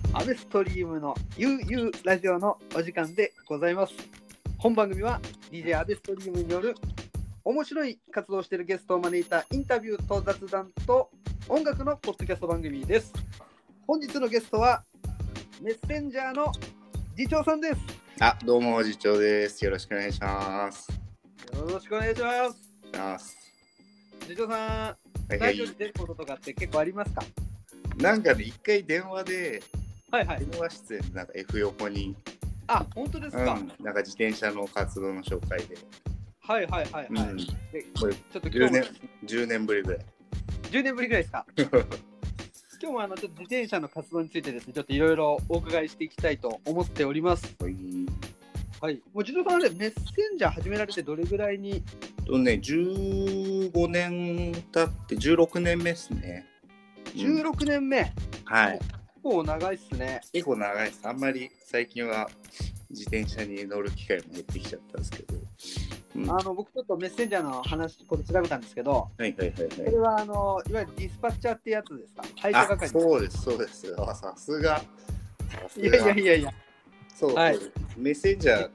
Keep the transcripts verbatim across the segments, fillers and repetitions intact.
アメストリームの ユーユー ラジオのお時間でございます。本番組は ディージェー アベストリームによる面白い活動をしているゲストを招いたインタビューと雑談と音楽のポッドキャスト番組です。本日のゲストはメッセンジャーの次長さんです。 あ、どうも次長です。よろしくお願いします。 よろしくお願いします。 ます次長さん、 はいはい、 ラジオに出ることとかって結構ありますか？ なんかね、一回電話で、 はいはい、 電話出演なんか F 横に、 あ、本当ですか、 うん、なんか自転車の活動の紹介で、 はいはいはいはい、うん、でこれちょっとじゅうねん、じゅうねんぶりぐらいじゅうねんぶりぐらいですか今日もあのちょっと自転車の活動についてですね、ちょっといろいろお伺いしていきたいと思っております。 はい。 はい。もう次長さんでメッセンジャー始められてどれぐらいに？ とね、じゅうごねん経ってじゅうろくねんめですね。 じゅうろくねんめ、うん、 はい。 結構長いっすね。 結構長いです。あんまり最近は自転車に乗る機会も減ってきちゃったんですけど、 うん、あの僕ちょっとメッセンジャーの話これ調べたんですけど、 はいはいはいはい、 これはあのいわゆるディスパッチャーってやつですか？配車係。 そうですそうです。あ、さすが。 いやいやいやいや。 そう、 はい、 メッセンジャーって、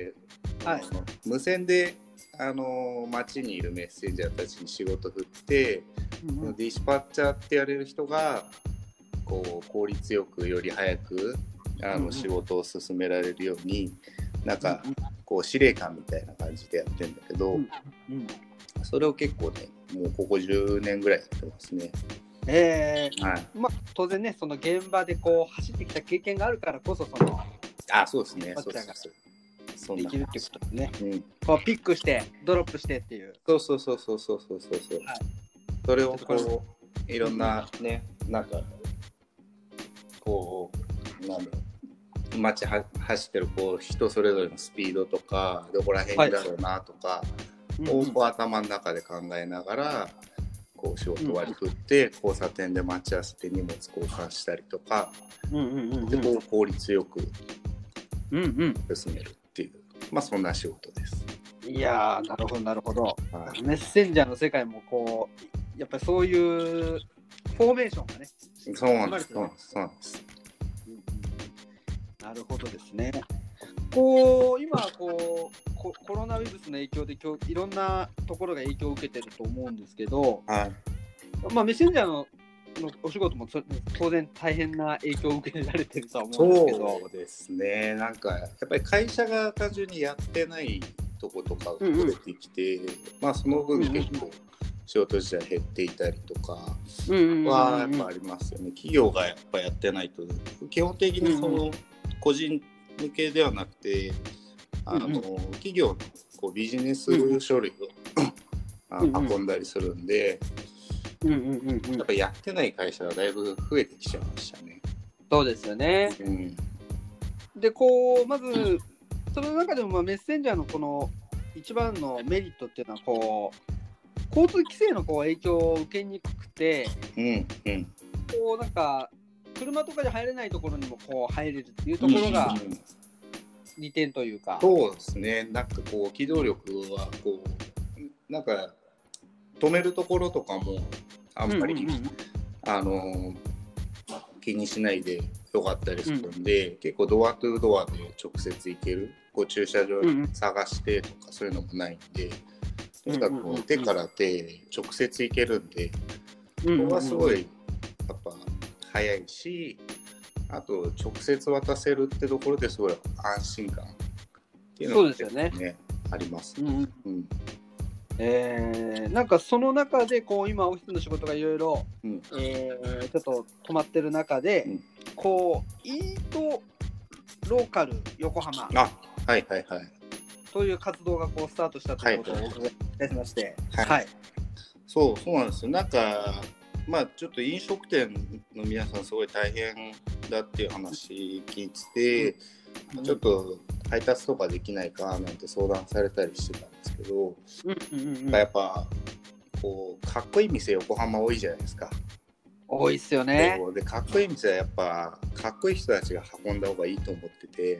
はい、 無線であの街にいるメッセンジャーたちに仕事振って、うんうん、ディスパッチャーって言われる人がこう効率よくより早くあの、うんうん、仕事を進められるようになんかこう司令官みたいな感じでやってるんだけど、うんうん、それを結構ねもうここじゅうねんぐらいやってますね。 えーはい、まあ当然ねその現場でこう走ってきた経験があるからこそそのあそうですねそうそうそうできるってことですね、うん、こうピックしてドロップしてっていうそうそうそうそうそうそうそう、はい、それをこういろんなね、うん、なんかこうなんだろう街は走ってるこう人それぞれのスピードとかどこら辺だろうなとか、はい、をこう頭の中で考えながらこう仕事割り振って、うん、交差点で待ち合わせて荷物交換したりとか、うんうんうんうん、でこう効率よく進めるっていう、まあそんな仕事です。 いやーなるほどなるほど、はい、メッセンジャーの世界もこうやっぱりそういうフォーメーションがねそうなんですそうなんですそうなんです、 うんうん、なるほどですね。こう今こうコロナウイルスの影響で今日いろんなところが影響を受けてると思うんですけど、はいまあ、メッセンジャー の, のお仕事も当然大変な影響を受けられてるとは思うんですけど。 そうですね。なんかやっぱり会社が単純にやってないとことかが増えてきて、うんうん、まあその分結構仕事自体減っていたりとかはやっぱありますよね。企業がやっぱやってないと基本的にその個人向けではなくて、あのうんうん、企業のこうビジネス書類を、うんうん、運んだりするんで、うんうんうんうん、やっぱやってない会社がだいぶ増えてきちゃいましたね。 そうですよね、うん、でこうまずその中でもまあメッセンジャーのこの一番のメリットっていうのはこう交通規制のこう影響を受けにくくて、うんうん、こうなんか車とかで入れないところにもこう入れるっていうところが、うんうん利点というか。 そうですね。なんかこう機動力はこうなんか止めるところとかもあんまり、うんうんうん、あの気にしないでよかったりするんで、うん、結構ドアトゥドアで直接行ける。こう駐車場探してとか、うんうん、そういうのもないんで、とにかくこう手から手直接行けるんで、うんうんうん、これはすごいやっぱ早いし。あと直接渡せるってところですごい安心感っていうのが、ね、そうですよねあります、ねうんうんえー、なんかその中でこう今オフィスの仕事がいろいろちょっと止まってる中で、うん、こうイートローカル横浜あはいはいはいという活動がこうスタートしたということをお伺いいたしまして、はいはいはい、 そうそうなんですよ。なんかまあちょっと飲食店の皆さんすごい大変だっていう話聞いてて、うん、ちょっと配達とかできないかなんて相談されたりしてたんですけど、うんうんうん、やっぱこうかっこいい店横浜多いじゃないですか。 多いっすよね。 でかっこいい店はやっぱかっこいい人たちが運んだ方がいいと思ってて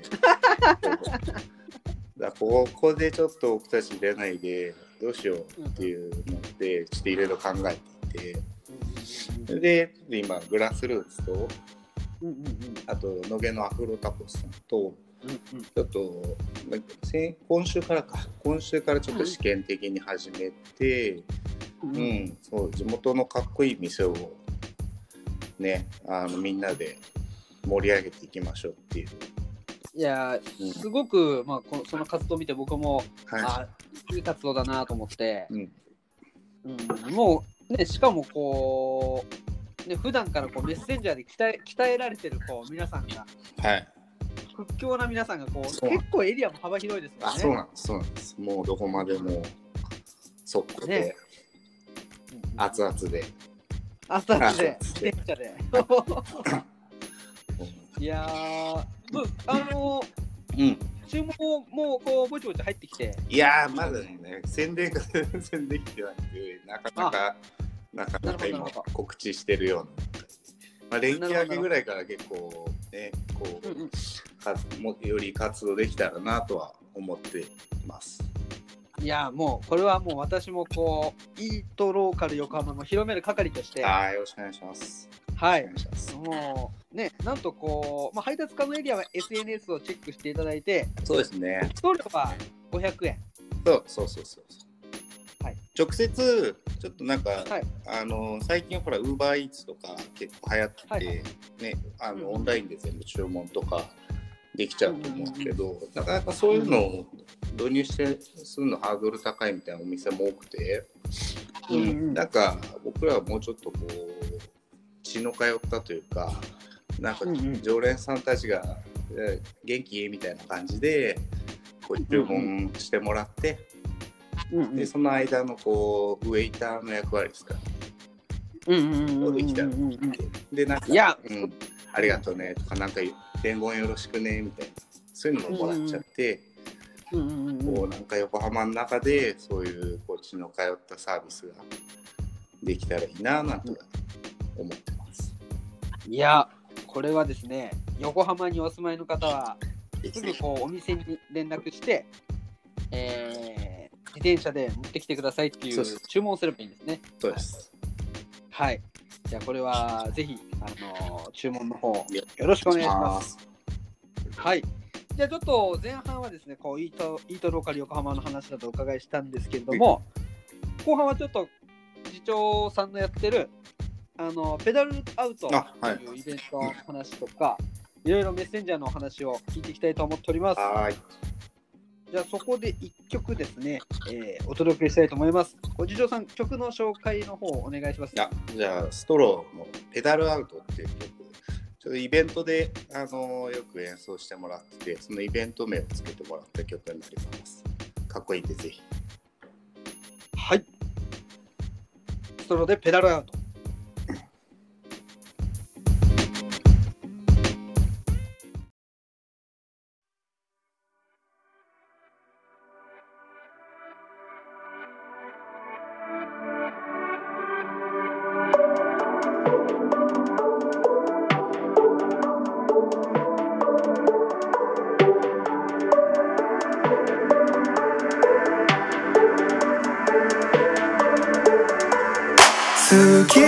だここでちょっと僕たち入れないでどうしようっていうのでちょっといろいろ考えていて、で今グラスルーツとうんうんうん、 あと野毛のアフロタコスさんと、 うんうん、 ちょっと今週からか今週からちょっと試験的に始めて、うんうん、そう地元のかっこいい店をね、あのみんなで盛り上げていきましょうっていう。 いやすごく、まあ、このその活動を見て僕も、 はい、 あいい活動だなと思って、 うんうん、もうねしかもこうね普段からこうメッセンジャーで鍛え、鍛えられてるこう皆さんが、 はい、 屈強な皆さんがこう結構エリアも幅広いですよね。 あ、そうなんです、そうなんです。もうどこまでも速攻で、ね、熱々で熱々で自転車でいやー、あのー、うん、注文もこうぼちぼち入ってきて、 いやーまだね宣伝が全然できてなくて、なかなかなかなか今告知してるような、まあ、連休明けぐらいから結構ねこう、うんうん、かもより活動できたらなとは思っています。 いやもうこれはもう私もこうイートローカル横浜の広める係として、 あ、よろしくお願いします。 はい、もうね、なんとこう、まあ、配達可能エリアは エスエヌエス をチェックしていただいて、 そうですね。 送料はごひゃくえん。 そうそうそうそう。 はい、 直接ちょっとなんか、はい、あの最近ほら UberEats とか結構流行ってて、はい、ね、あの、うん、オンラインで全部注文とかできちゃうと思うんですけど、うん、なかなかそういうのを導入してするのハードル高いみたいなお店も多くて、うんうん、なんか僕らはもうちょっとこう血の通ったというか、なんか常連さんたちが、うんうん、元気みたいな感じでこう注文してもらって、うんうん、でその間のこうウェイターの役割ですか、 うんうんうんうん、 できたらでなんか、いや、うん、ありがとうねとか、なんか伝言よろしくねみたいな、そういうのももらっちゃって、うんうんうん、こうなんか横浜の中でそういうこう血の通ったサービスができたらいいななんて思ってます。 いや、これはですね、横浜にお住まいの方はすぐこうお店に連絡して、えー、自転車で持ってきてくださいっていう注文をすればいいんですね。 そうです。 はい。じゃあこれはぜひ、あのー、注文の方よろしくお願いします。はい。じゃあちょっと前半はですね、こうイートイートローカル横浜の話だとお伺いしたんですけれども、後半はちょっと次長さんのやってるあのペダルアウトというイベントの話とか、はい、いろいろメッセンジャーのお話を聞いていきたいと思っております。 はい。 じゃあそこでいっきょくですね、えー、お届けしたいと思います。お次長さん、曲の紹介の方をお願いします。 あ、じゃあストローのペダルアウトっていう曲、ちょっとイベントで、あのー、よく演奏してもらってて、そのイベント名をつけてもらった曲になります。かっこいいんでぜひ。 はい。ストローでペダルアウト。 月を蹴って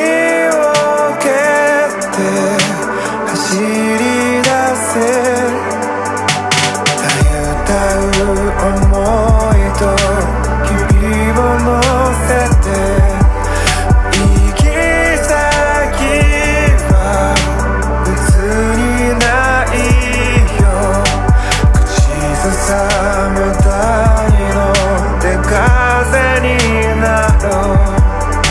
走り出せ、たゆたう想いと日々を乗せて、行き先は別にないよ、口ずさむ太陽で風になろう。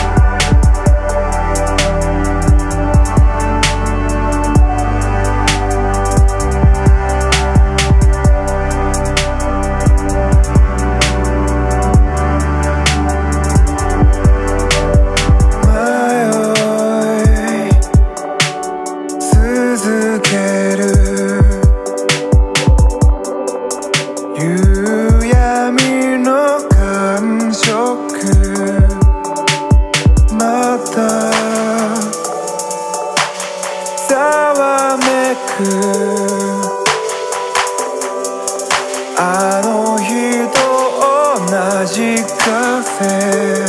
あの日と同じ風、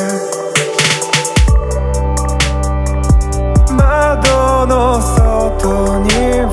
窓の外に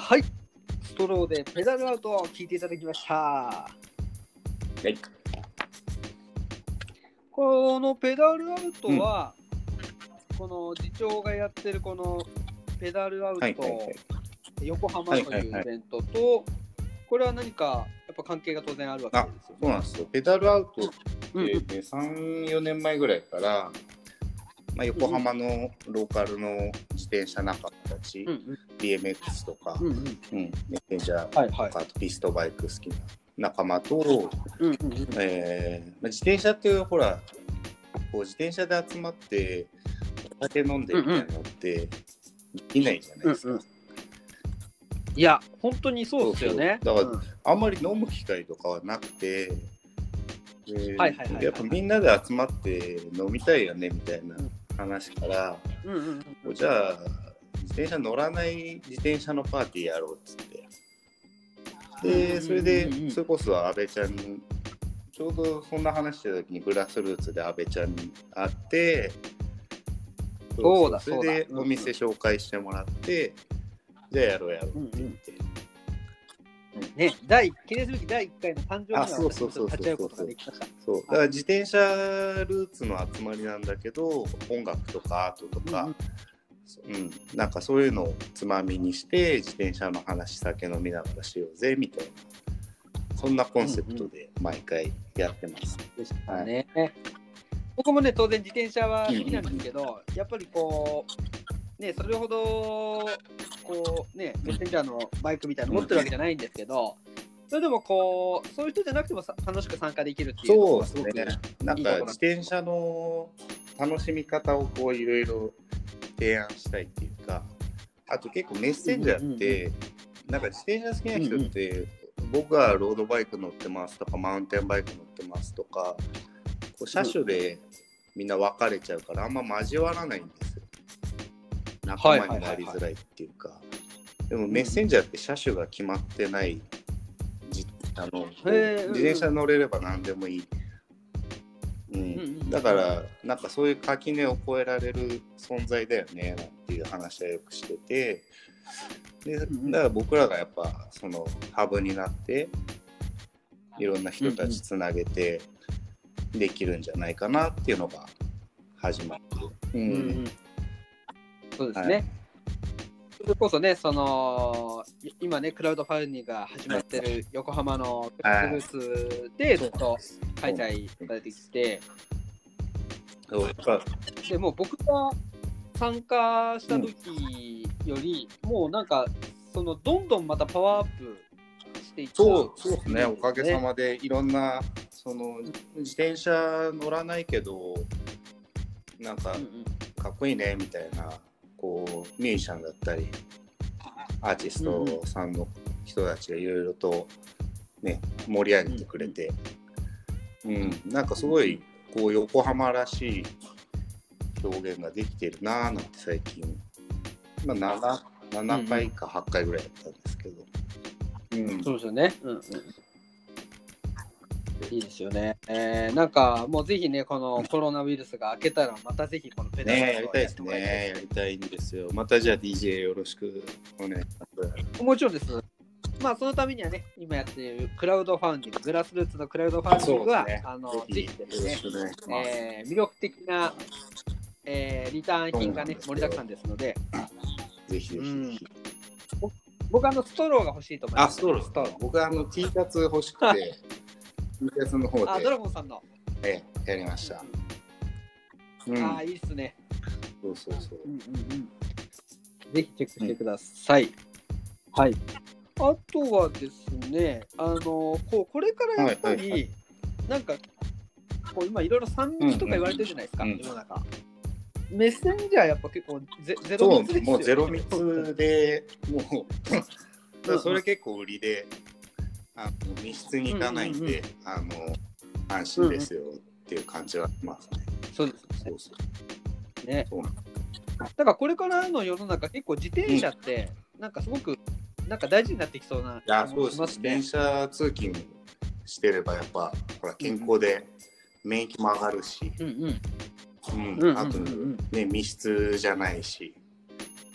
はい、ストローでペダルアウトを聞いていただきました。 はい。 このペダルアウトは、うん、この次長がやってるこのペダルアウト、はいはいはい、横浜というイベントと、はいはいはい、これは何かやっぱ関係が当然あるわけですよね。 そうなんですよ。ペダルアウトって、うんうん、さん、よねんまえぐらいから、まあ、横浜のローカルの自転車仲間たち、うんうん、ビーエムエックス とか、うんうんうん、メッセンジャーとか、はいはい、あとピストバイク好きな仲間と、うんうんうんえーまあ、自転車っていうほらこう自転車で集まってお酒飲んでみたいなのってできないじゃないですか。うんうん、 いや本当にそうですよね。 そうそうだから、うん、あんまり飲む機会とかはなくて、えーはいはいはいはい、やっぱみんなで集まって飲みたいよねみたいな話から、うんうんうん、じゃあ自転車乗らない自転車のパーティーやろうっつって。でそれでそれこそ阿部ちゃんにちょうどそんな話してた時にグラスルーツで阿部ちゃんに会ってそうだそれでお店紹介してもらって、うん、じゃあやろうやろうって言って、 うんうん、ね第記念すべきだいいっかいの誕生日には私も立ち会うことができました。 そうだから自転車ルーツの集まりなんだけど音楽とかアートとか、うんうん、なんかそういうのをつまみにして自転車の話酒飲みながらしようぜみたいなそんなコンセプトで毎回やってます。 でしたね、はい、僕もね当然自転車は好きなんですけど、うんうん、やっぱりこうねそれほどこうねメッセンジャーのバイクみたいなの持ってるわけじゃないんですけど、それでもこうそういう人じゃなくてもさ楽しく参加できるっていうのがすごくね、 なんか自転車の楽しみ方をこういろいろ提案したいっていうか、あと結構メッセンジャーって、うんうんうん、なんか自転車好きな人って、うんうん、僕はロードバイク乗ってますとかマウンテンバイク乗ってますとかこう車種でみんな分かれちゃうからあんま交わらないんですよ。仲間になりづらいっていうか、でもメッセンジャーって車種が決まってない、あの自転車乗れれば何でもいい、うんうん、だからなんかそういう垣根を越えられる存在だよねなんていう話はよくしてて、でだから僕らがやっぱそのハブになっていろんな人たちつなげてできるんじゃないかなっていうのが始まって、うんうん、 そうですね、はい、それこそねその今ねクラウドファンディングが始まってる横浜のブースでずっと開催されてきて、でもう僕が参加した時より、うん、もうなんかそのどんどんまたパワーアップしていった、 そうそうですね、おかげさまでいろんなその自転車乗らないけどなんかかっこいいねみたいなこうミュージシャンだったりアーティストさんの人たちがいろいろとね盛り上げてくれて、うん、うん、なんかすごいこう横浜らしい表現ができてるなーなんて最近、まあ、なな, ななかいかはっかいぐらいやったんですけど、 うんうん、そうですよね、うんうん、いいですよね、えー、なんかもうぜひねこのコロナウイルスが明けたらまたぜひこのペダルをやりたいですね、やりたいんですよ。またじゃあ ディージェー よろしくお願いします。もちろんです。まあそのためにはね今やっているクラウドファンディンググラスルーツのクラウドファンディングは、ね、あのぜひですね、えー、魅力的な、えー、リターン品がね盛りだくさんですので、 ぜひぜひ、うん、 僕あのストローが欲しいと思います。 あ、ストロー、ストロー。僕はあの T シャツ欲しくてT シャツの方であドラゴンさんのええやりました。 うん、あいいっすね。 そうそうそう。うんうんうん、 ぜひチェックしてください。うん、はい。あとはですね、あのこうこれからやっぱり、はいはいはい、なんかこう今いろいろ産地とか言われてるじゃないですか、うんうん、世の中。メッセンジャーやっぱ結構ゼゼロ密ですよね。 もうゼロ密でもうだそれ結構売りで、あの密室に行かないんで、うんうんうん、あの安心ですよっていう感じはしますね。 そうですね。 そうそうね。そうなんだからこれからの世の中結構自転車ってなんかすごくなんか大事になってきそうな気がしますね。いやそうですね。 自転車通勤してればやっぱほら健康で免疫も上がるし、うんうんうん、あとね密室じゃないし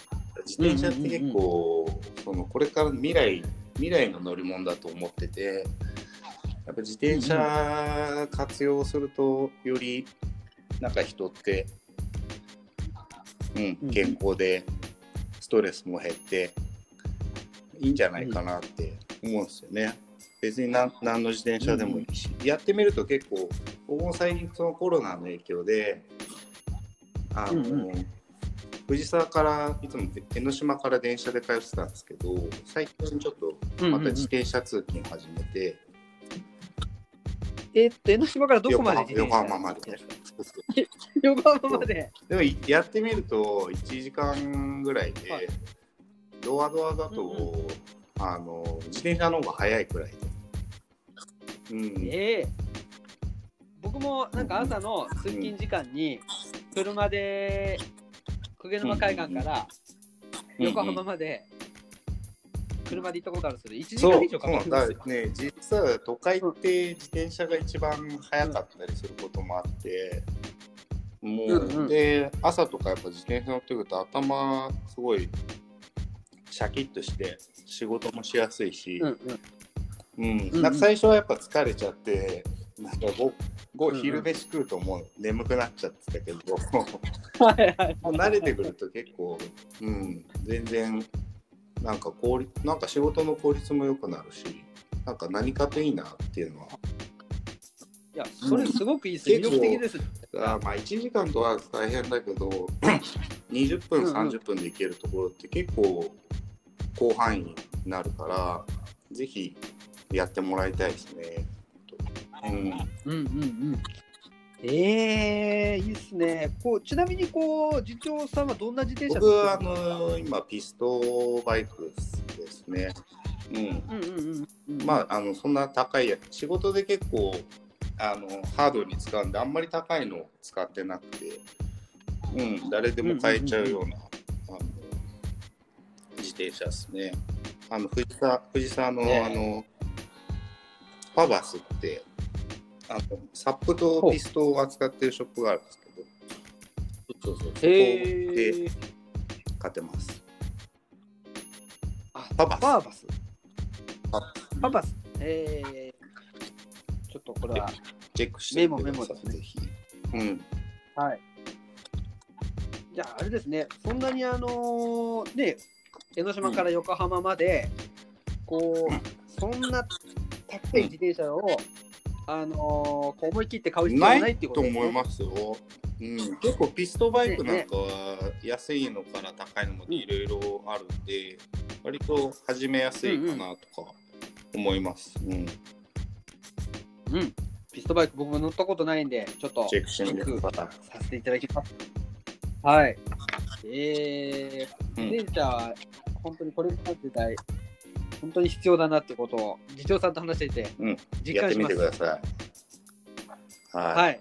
自転車って結構、そのこれからの未来未来の乗り物だと思ってて、やっぱ自転車活用するとよりなんか人って、うん、健康でストレスも減っていいんじゃないかなって思うんですよね。別に何, 何の自転車でもいいし、うん、やってみると結構僕も最近そのコロナの影響であの、うんうん、藤沢からいつも江ノ島から電車で通ってたんですけど、最近ちょっとまた自転車通勤始めて、うんうんうん、 えー、っと江ノ島からどこまで自転車？ 横浜まで横浜まで。 でもやってみるといちじかんぐらいで、はい、ドアドアだと、うんうん、あの自転車の方が早いくらいで、うん、 えー、僕もなんか朝の通勤時間に車で鵠沼海岸から横浜まで車で行ったことあるんですけど、いちじかん以上かかるんですよ。 ね、実は都会って自転車が一番早かったりすることもあって、うん、もう、うんうん、で朝とかやっぱ自転車乗ってくると頭すごいシャキッとして仕事もしやすいし、うんうんうん、なんか最初はやっぱ疲れちゃってなんかごご昼飯食うともう眠くなっちゃってたけど、はいはい、もう慣れてくると結構、うん、全然なんか効率なんか仕事の効率も良くなるし、なんか何かといいなっていうのは。 いやそれすごくいいです、うん、魅力的です。 あまあいちじかんとは大変だけどにじゅっぷんさんじゅっぷんで行けるところって結構広範囲になるから、ぜひやってもらいたいですね。 うん、うんうんうんえー、いいっすね。こうちなみにこう次長さんはどんな自転車？ 僕はあの今ピストバイクですね。うん。うんうんうんうん、まああのそんな高いや仕事で結構あのハードに使うんであんまり高いのを使ってなくて、うん、誰でも買えちゃうような、うんうんうん、あの自転車ですね。あの藤沢藤沢の、ね、あのパバスってあのサップとピストを扱ってるショップがあるんですけど、そうそうそう、そこで買ってます。 あ、パバス。パバス。パバス。えー、ちょっとこれはチェックしてみてください。メモメモですね。ぜひ。うん。 はい。じゃああれですね。そんなにあのー、ね、江ノ島から横浜まで、うん、こうそんな高い自転車を、うんあのー、こう思い切って買う必要はないっていうことですね。 ないと思いますよ。うん、結構ピストバイクなんかは安いのから高いのまでいろいろあるんで、うん、割と始めやすいかなとか思います。うん、うんうん、ピストバイク僕も乗ったことないんでちょっとチェックしてみてください。 させていただきます。はい。えー、レンチャーは本当にこれからの時代本当に必要だなってことを次長さんと話していて実感します。 うん、やってみてください。はい。はい、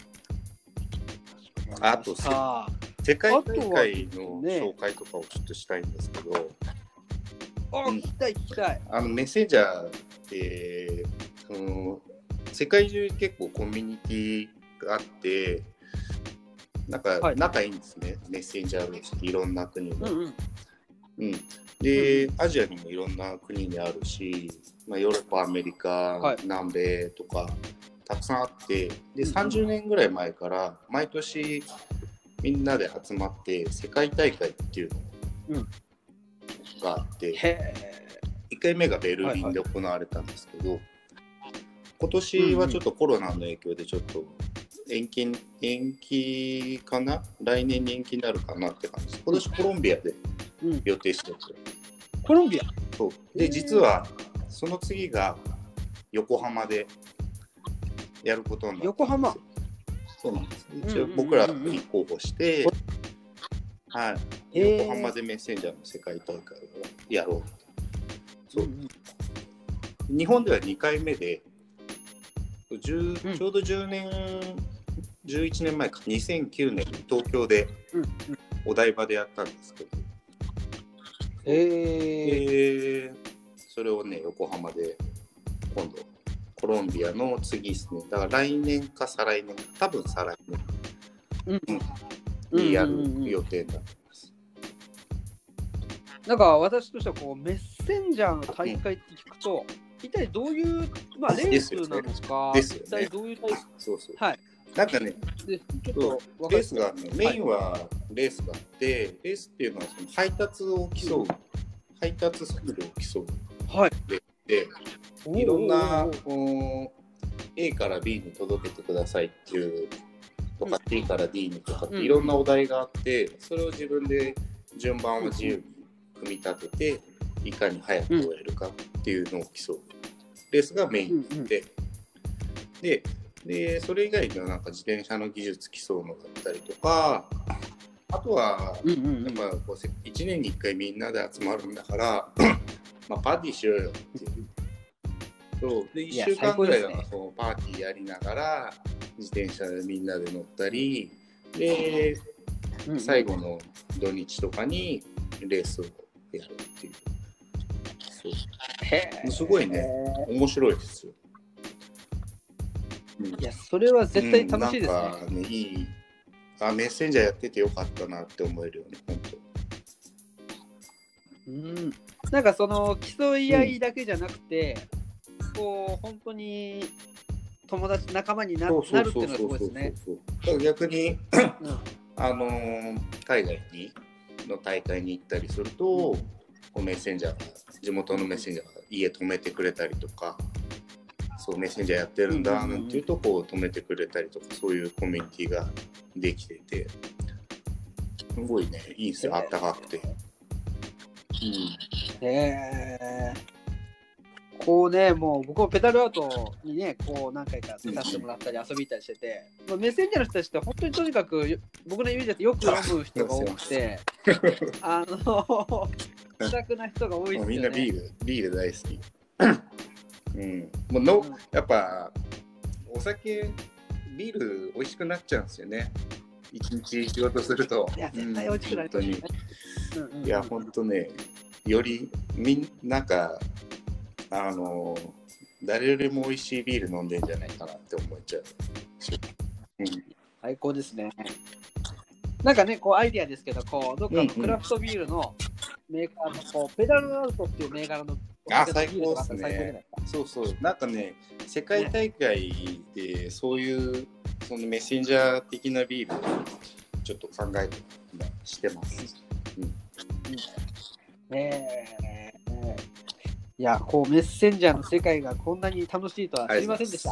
あと世界大会の紹介とかをちょっとしたいんですけど、ね、 あ、聞きたい聞きたい。 あのメッセンジャーってその世界中結構コミュニティがあってなんか仲いいんですね、はい、メッセンジャーのいろんな国の。うんうんうんで、アジアにもいろんな国にあるし、まあ、ヨーロッパ、アメリカ、はい、南米とかたくさんあってでさんじゅうねんぐらい前から毎年みんなで集まって世界大会っていうのがあって、うん、いっかいめがベルリンで行われたんですけど、はいはい、今年はちょっとコロナの影響でちょっと延期、延期かな来年に延期になるかなって感じです。今年コロンビアで予定してて、 うん、コロンビアそうで実はその次が横浜でやることになって横浜そうなんです一応僕らに候補して、はい、横浜でメッセンジャーの世界大会をやろうそう、うんうん、日本ではにかいめでじゅう、うん、ちょうどじゅうねんじゅういちねんまえかにせんきゅうねんに東京でお台場でやったんですけど、 えー、 えー、それをね横浜で今度コロンビアの次ですねだから来年か再来年多分再来年、うんうん、にやる予定になってます。 なんか私としてはこうメッセンジャーの大会って聞くと、うん、一体どういう、まあ、レースなのか、 ですよね、 一体どういうタイプ、 そうそう、 はい、 なんかね、 でちょっとレースが、ね、メインはレースがあって、はい、レースっていうのはその配達を競う、うん、配達速度を競う、 はい、 で、でいろんな A から B に届けてくださいっていうとか、うん、D から D にとかっていろんなお題があって、うん、それを自分で順番を自由に組み立てて、いかに早く終えるかっていうのを競うレースがメインで、うんうん、で, でそれ以外にはなんか自転車の技術競うのだったりとか、あとはやっぱこういちねんにいっかいみんなで集まるんだからまあパーティーしようよっていう。そうでいっしゅうかんぐらいはそのパーティーやりながら自転車でみんなで乗ったりで、うんうん、最後の土日とかにレースをやるっていう。そうへすごいね面白いですよ。 うん、いやそれは絶対楽しいですね。うん、なんかねいいあメッセンジャーやっててよかったなって思えるよね本当。 うんなんかその競い合いだけじゃなくて、うん、こう本当に友達仲間に な, なるっていうのがすごいですね。 だから逆に、うん、あのー、海外にの大会に行ったりすると、うん、こうメッセンジャーが地元のメッセンジャーが家止めてくれたりとか、そうメッセンジャーやってるんだなんていうとこう止めてくれたりとか、そういうコミュニティができててすごいねいいんですよ、あったかくて。 うん、へーこうねもう僕もペダルアウトにねこう何回か出させてもらったり遊び行ったりしてて、うん、メッセンジャーの人たちって本当にとにかく僕のイメージだとよく読む人が多くてあの気さくな人が多いですよね。 みんなビールビール大好きうん、もうの、うん、やっぱお酒ビール美味しくなっちゃうんですよね。一日仕事すると。 いや絶対美味しくなりますね。 うんうんうん、いや本当ねよりみんなんかあの誰よりも美味しいビール飲んでんじゃないかなって思っちゃう。 うん、最高ですね。なんかねこうアイディアですけどこうどっかのクラフトビールのメーカーのこうペダルアウトっていうメーカーのあ、最高ですね。そうそう。なんかね、世界大会でそういう、そのメッセンジャー的なビールをちょっと考えてしてます。うんうん、えー、いや、こうメッセンジャーの世界がこんなに楽しいとは知りませんでした。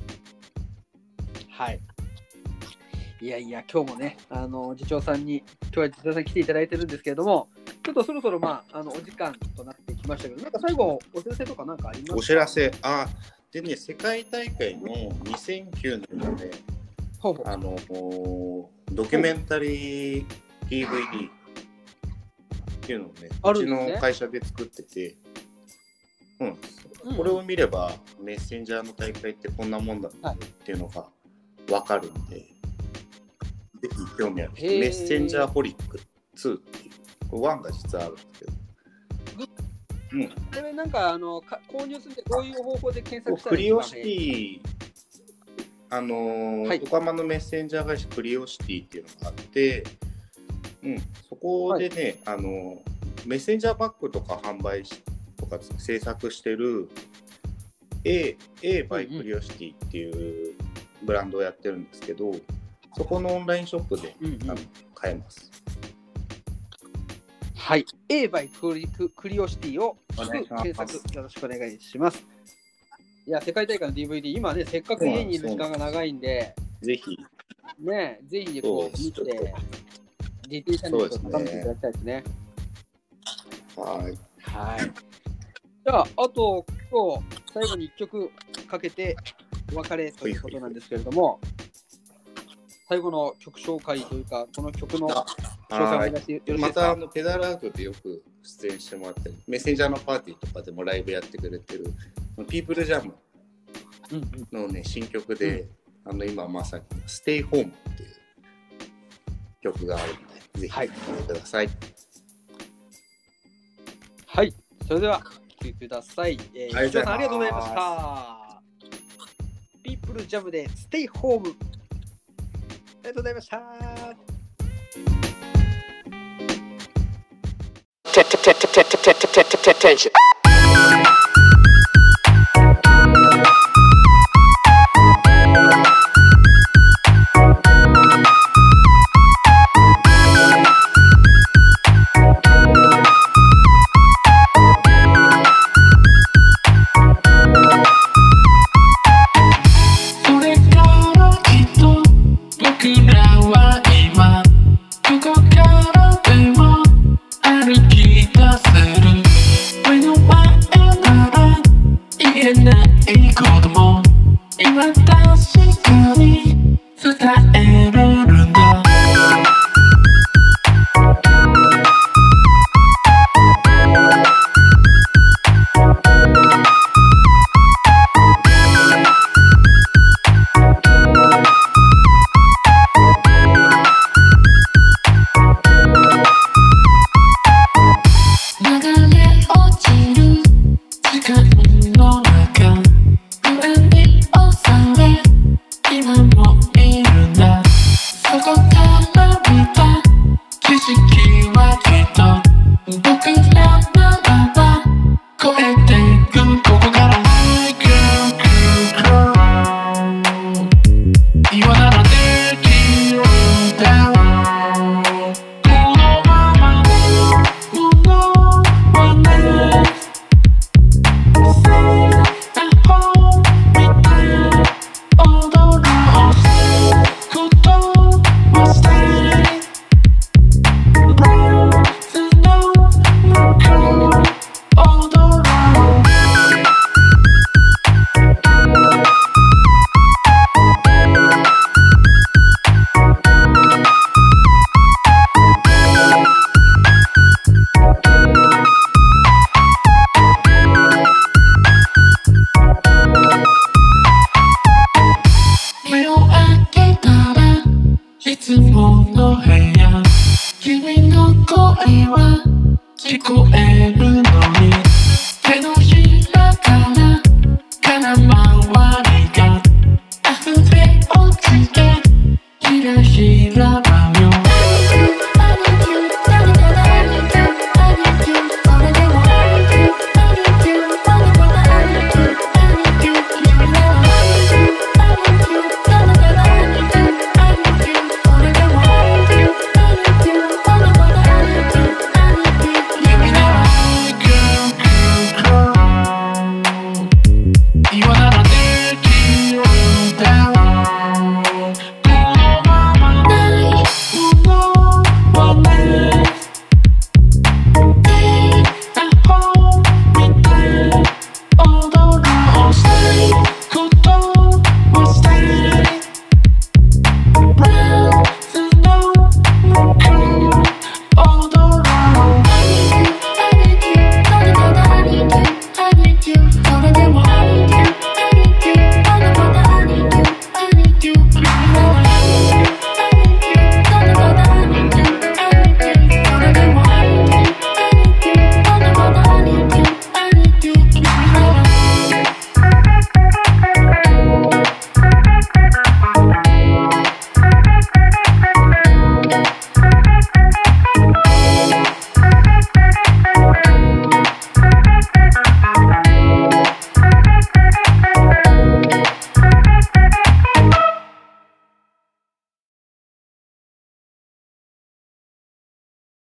はい。いやいや、今日もね、あの次長さんに、今日は次長さんに来ていただいてるんですけれども、ちょっとそろそろ、まあ、あのお時間となってきましたけど、なんか最後、お知らせとかなんかありますか？ お知らせ、あ、でね、世界大会のにせんきゅうねんのね、ほうほうあのドキュメンタリー ディーブイディー っていうのをね、うちの会社で作ってて、うん、うん、これを見れば、メッセンジャーの大会ってこんなもんだっていうのが分かるんで、はい、ぜひ興味ある人、メッセンジャーホリックツーっていう。ワンが実はあるんですけど、 うん、これなんかあのか購入するってどういう方法で検索したらクリオシティ、あのーはい、横浜のメッセンジャー会社クリオシティっていうのがあって、うん、そこでね、はい、あのメッセンジャーバッグとか販売しとか制作してる A, A by クリオシティっていうブランドをやってるんですけど、そこのオンラインショップで、うんうん、あの買えます。 はい、A by クリ, クリオシティを検索よろしくお願いします。いや、世界大会の ディーブイディー、今ね、せっかく家にいる時間が長いんで、 ぜひ、 ね、ぜひこう見て、自転車に高めていただきたいですね。 はい。 はい。じゃあ、あと、今日、最後にいっきょくかけてお別れということなんですけれども、最後の曲紹介というか、この曲のはいまたあのペダルアウトでよく出演してもらったり、メッセンジャーのパーティーとかでもライブやってくれてるピープルジャムの、ね、新曲で、うん、あの今まさにステイホームっていう曲があるので、ぜひ聴いてください。 はい、それでは聴いてください。えー、さんありがとうございました。ピープルジャムでステイホーム。ありがとうございました。 attention. Even